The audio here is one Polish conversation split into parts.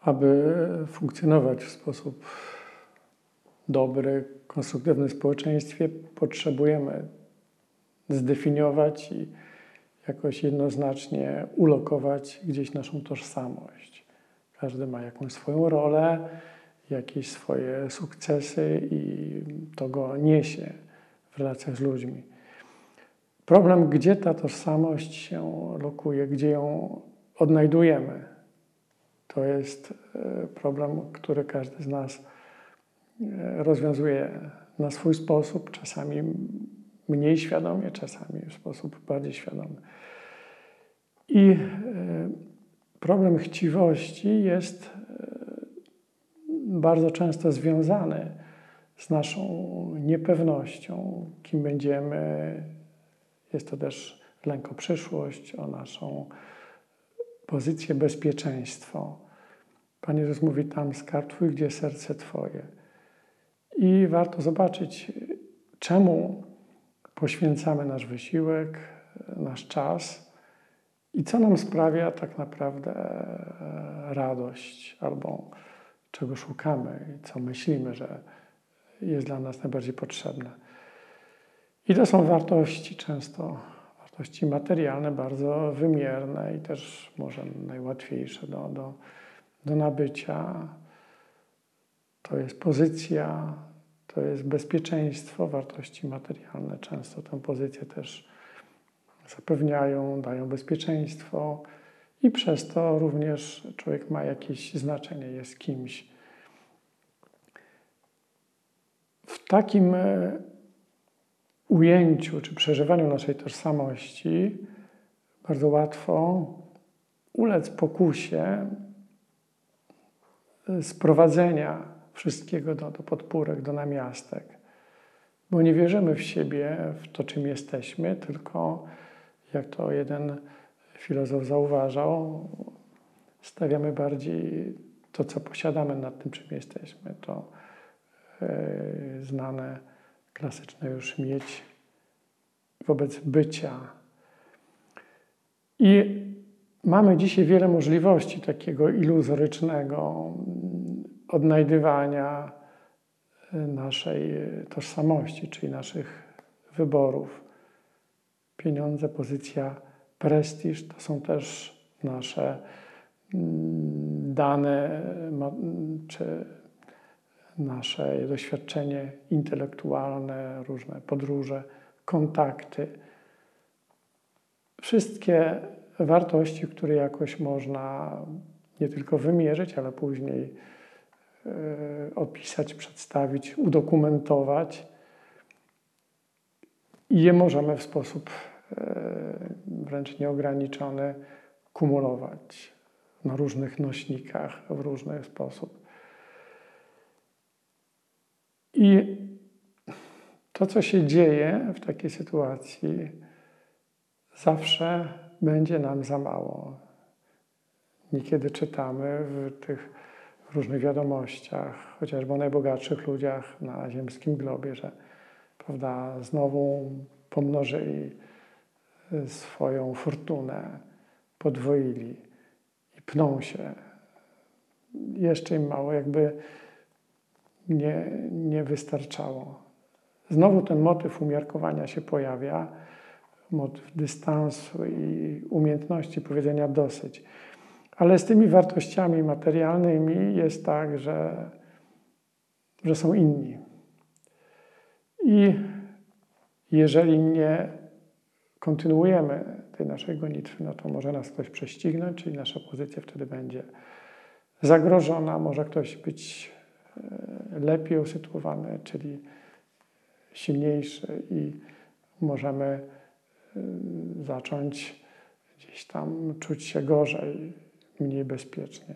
Aby funkcjonować w sposób dobry, konstruktywny w społeczeństwie, potrzebujemy zdefiniować i jakoś jednoznacznie ulokować gdzieś naszą tożsamość. Każdy ma jakąś swoją rolę, jakieś swoje sukcesy i to go niesie w relacjach z ludźmi. Problem, gdzie ta tożsamość się lokuje, gdzie ją odnajdujemy, to jest problem, który każdy z nas rozwiązuje na swój sposób, czasami mniej świadomie, czasami w sposób bardziej świadomy. I problem chciwości jest bardzo często związany z naszą niepewnością, kim będziemy. Jest to też lęk o przyszłość, o naszą pozycję, bezpieczeństwo. Pan Jezus mówi: tam skarb Twój, gdzie serce Twoje. I warto zobaczyć, czemu poświęcamy nasz wysiłek, nasz czas i co nam sprawia tak naprawdę radość, albo czego szukamy i co myślimy, że jest dla nas najbardziej potrzebne. I to są wartości często, wartości materialne, bardzo wymierne i też może najłatwiejsze do nabycia. To jest pozycja, to jest bezpieczeństwo, wartości materialne często tę pozycję też zapewniają, dają bezpieczeństwo i przez to również człowiek ma jakieś znaczenie, jest kimś. W takim ujęciu czy przeżywaniu naszej tożsamości bardzo łatwo ulec pokusie sprowadzenia wszystkiego do podpórek, do namiastek, bo nie wierzymy w siebie, w to, czym jesteśmy, tylko, jak to jeden filozof zauważał, stawiamy bardziej to, co posiadamy, nad tym, czym jesteśmy. To znane, klasyczne już mieć wobec bycia. I mamy dzisiaj wiele możliwości takiego iluzorycznego odnajdywania naszej tożsamości, czyli naszych wyborów. Pieniądze, pozycja, prestiż to są też nasze dane czy nasze doświadczenie intelektualne, różne podróże, kontakty. Wszystkie wartości, które jakoś można nie tylko wymierzyć, ale później opisać, przedstawić, udokumentować. I je możemy w sposób wręcz nieograniczony kumulować na różnych nośnikach, w różny sposób. I to, co się dzieje w takiej sytuacji, zawsze będzie nam za mało. Niekiedy czytamy w tych różnych wiadomościach, chociażby o najbogatszych ludziach na ziemskim globie, że, prawda, znowu pomnożyli swoją fortunę, podwoili i pną się. Jeszcze im mało, jakby nie wystarczało. Znowu ten motyw umiarkowania się pojawia, motyw dystansu i umiejętności powiedzenia dosyć. Ale z tymi wartościami materialnymi jest tak, że są inni. I jeżeli nie kontynuujemy tej naszej gonitwy, no to może nas ktoś prześcignąć, czyli nasza pozycja wtedy będzie zagrożona, może ktoś być lepiej usytuowany, czyli silniejszy i możemy zacząć gdzieś tam czuć się gorzej, mniej bezpiecznie.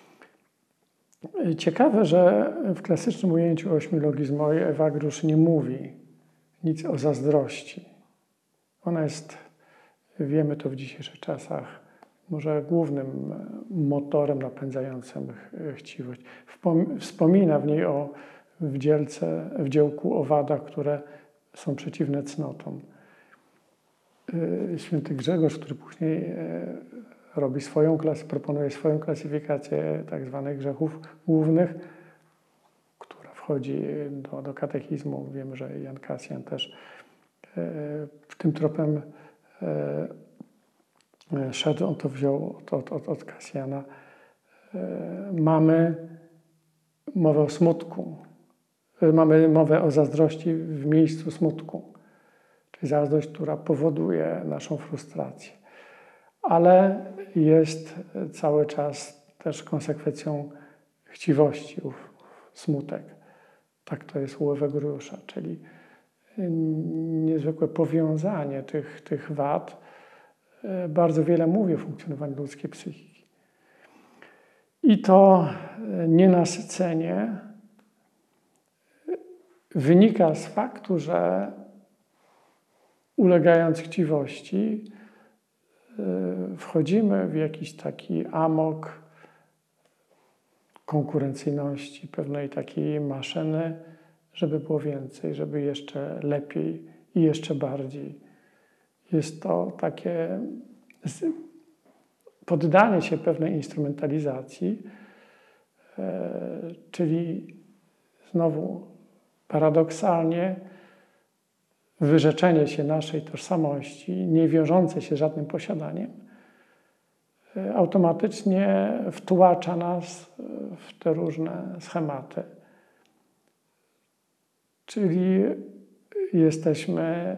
Ciekawe, że w klasycznym ujęciu ośmiologizmowej Ewagriusz nie mówi nic o zazdrości. Ona jest, wiemy to w dzisiejszych czasach, może głównym motorem napędzającym chciwość. Wspomina w niej w dziełku o wadach, które są przeciwne cnotom. Święty Grzegorz, który później proponuje swoją klasyfikację tak zwanych grzechów głównych, która wchodzi do katechizmu. Wiemy, że Jan Kasjan też tym tropem szedł, on to wziął od Kasjana. Mamy mowę o smutku. Mamy mowę o zazdrości w miejscu smutku. Czyli zazdrość, która powoduje naszą frustrację. Ale jest cały czas też konsekwencją chciwości, smutek. Tak to jest u owego Juliusza, czyli niezwykłe powiązanie tych wad bardzo wiele mówi o funkcjonowaniu ludzkiej psychiki. I to nienasycenie wynika z faktu, że ulegając chciwości wchodzimy w jakiś taki amok konkurencyjności, pewnej takiej maszyny, żeby było więcej, żeby jeszcze lepiej i jeszcze bardziej. Jest to takie poddanie się pewnej instrumentalizacji, czyli znowu paradoksalnie wyrzeczenie się naszej tożsamości, nie wiążące się z żadnym posiadaniem, automatycznie wtłacza nas w te różne schematy. Czyli jesteśmy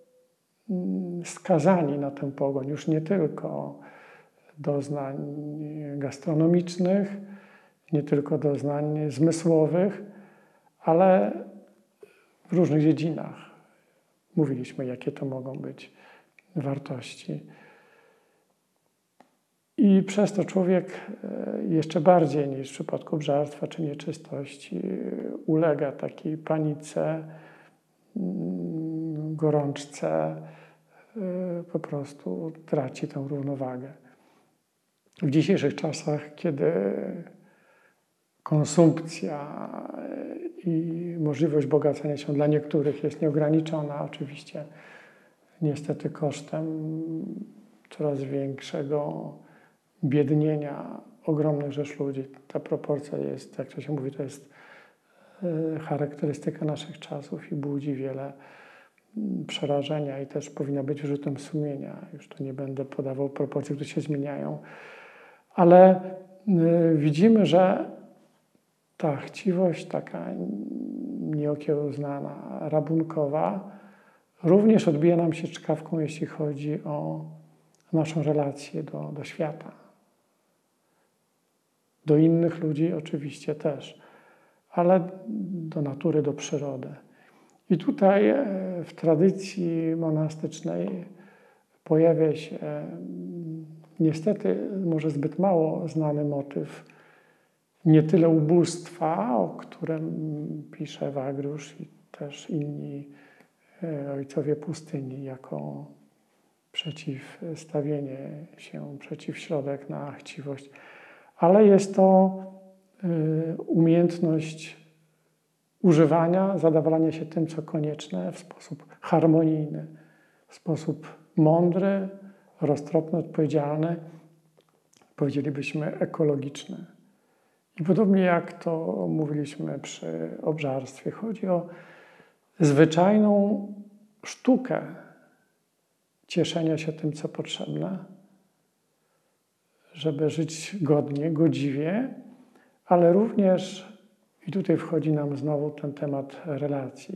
skazani na tę pogoń, już nie tylko doznań gastronomicznych, nie tylko doznań zmysłowych, ale w różnych dziedzinach. Mówiliśmy, jakie to mogą być wartości. I przez to człowiek jeszcze bardziej niż w przypadku obżarstwa czy nieczystości ulega takiej panice, gorączce, po prostu traci tę równowagę. W dzisiejszych czasach, kiedy konsumpcja i możliwość bogacenia się dla niektórych jest nieograniczona, oczywiście niestety kosztem coraz większego biednienia ogromnych rzesz ludzi. Ta proporcja jest, jak to się mówi, to jest charakterystyka naszych czasów i budzi wiele przerażenia i też powinna być wyrzutem sumienia. Już tu nie będę podawał proporcji, które się zmieniają, ale widzimy, że ta chciwość taka nieokiełznana, rabunkowa również odbija nam się czkawką, jeśli chodzi o naszą relację do świata. Do innych ludzi oczywiście też, ale do natury, do przyrody. I tutaj w tradycji monastycznej pojawia się niestety może zbyt mało znany motyw nie tyle ubóstwa, o którym pisze Evagriusz i też inni ojcowie pustyni jako przeciwstawienie się, przeciwśrodek na chciwość, ale jest to umiejętność używania, zadowalania się tym, co konieczne w sposób harmonijny, w sposób mądry, roztropny, odpowiedzialny, powiedzielibyśmy ekologiczny. I podobnie jak to mówiliśmy przy obżarstwie, chodzi o zwyczajną sztukę cieszenia się tym, co potrzebne, żeby żyć godnie, godziwie, ale również, i tutaj wchodzi nam znowu ten temat relacji,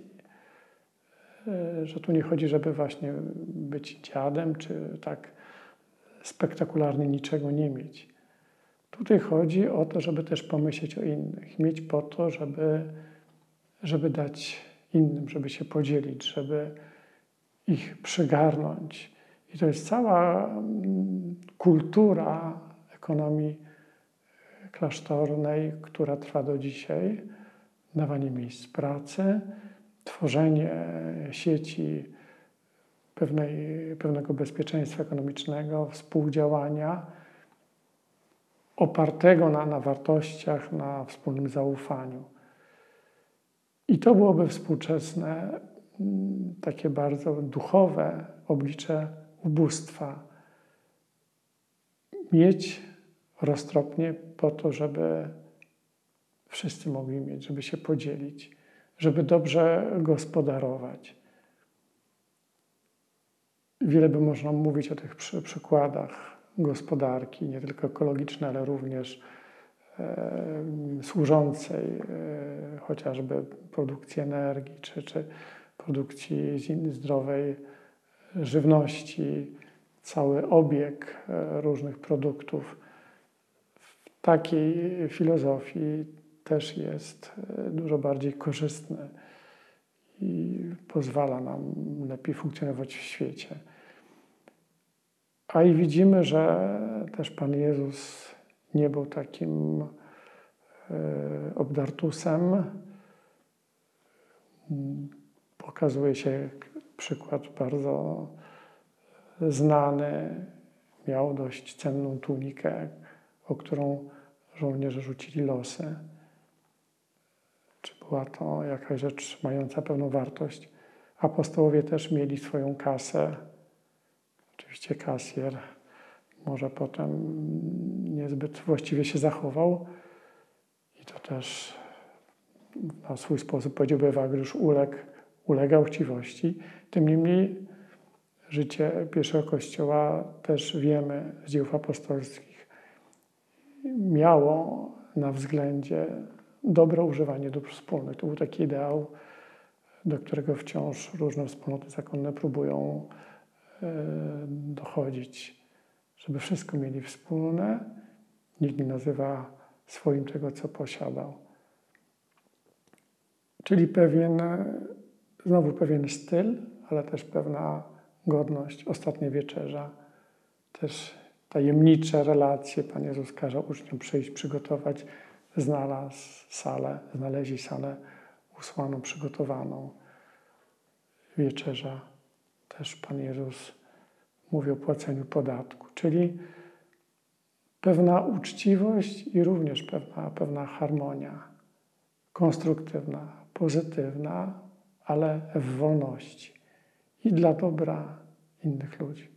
że tu nie chodzi, żeby właśnie być dziadem, czy tak spektakularnie niczego nie mieć. Tutaj chodzi o to, żeby też pomyśleć o innych, mieć po to, żeby dać innym, żeby się podzielić, żeby ich przygarnąć. I to jest cała kultura ekonomii klasztornej, która trwa do dzisiaj. Dawanie miejsc pracy, tworzenie sieci pewnego bezpieczeństwa ekonomicznego, współdziałania opartego na wartościach, na wspólnym zaufaniu. I to byłoby współczesne, takie bardzo duchowe oblicze ubóstwa. mieć roztropnie po to, żeby wszyscy mogli mieć, żeby się podzielić, żeby dobrze gospodarować. Wiele by można mówić o tych przykładach gospodarki, nie tylko ekologicznej, ale również służącej chociażby produkcji energii, czy produkcji zdrowej żywności, cały obieg różnych produktów. W takiej filozofii też jest dużo bardziej korzystny i pozwala nam lepiej funkcjonować w świecie. A i widzimy, że też Pan Jezus nie był takim obdartusem. Pokazuje się przykład bardzo znany. Miał dość cenną tunikę, o którą żołnierze rzucili losy. Czy była to jakaś rzecz mająca pewną wartość? Apostołowie też mieli swoją kasę. Oczywiście kasjer może potem niezbyt właściwie się zachował i to też na swój sposób, powiedziałby Ewagriusz, ulegał chciwości. Tym niemniej życie pierwszego Kościoła też wiemy z dziejów apostolskich miało na względzie dobre używanie dóbr wspólnych. To był taki ideał, do którego wciąż różne wspólnoty zakonne próbują dochodzić, żeby wszystko mieli wspólne. Nikt nie nazywa swoim tego, co posiadał. Czyli znowu pewien styl, ale też pewna godność. Ostatnia wieczerza, też tajemnicze relacje. Pan Jezus każe uczniom przyjść, przygotować. Znaleźli salę usłaną, przygotowaną. Wieczerza. Też Pan Jezus mówi o płaceniu podatku, czyli pewna uczciwość i również pewna harmonia, konstruktywna, pozytywna, ale w wolności i dla dobra innych ludzi.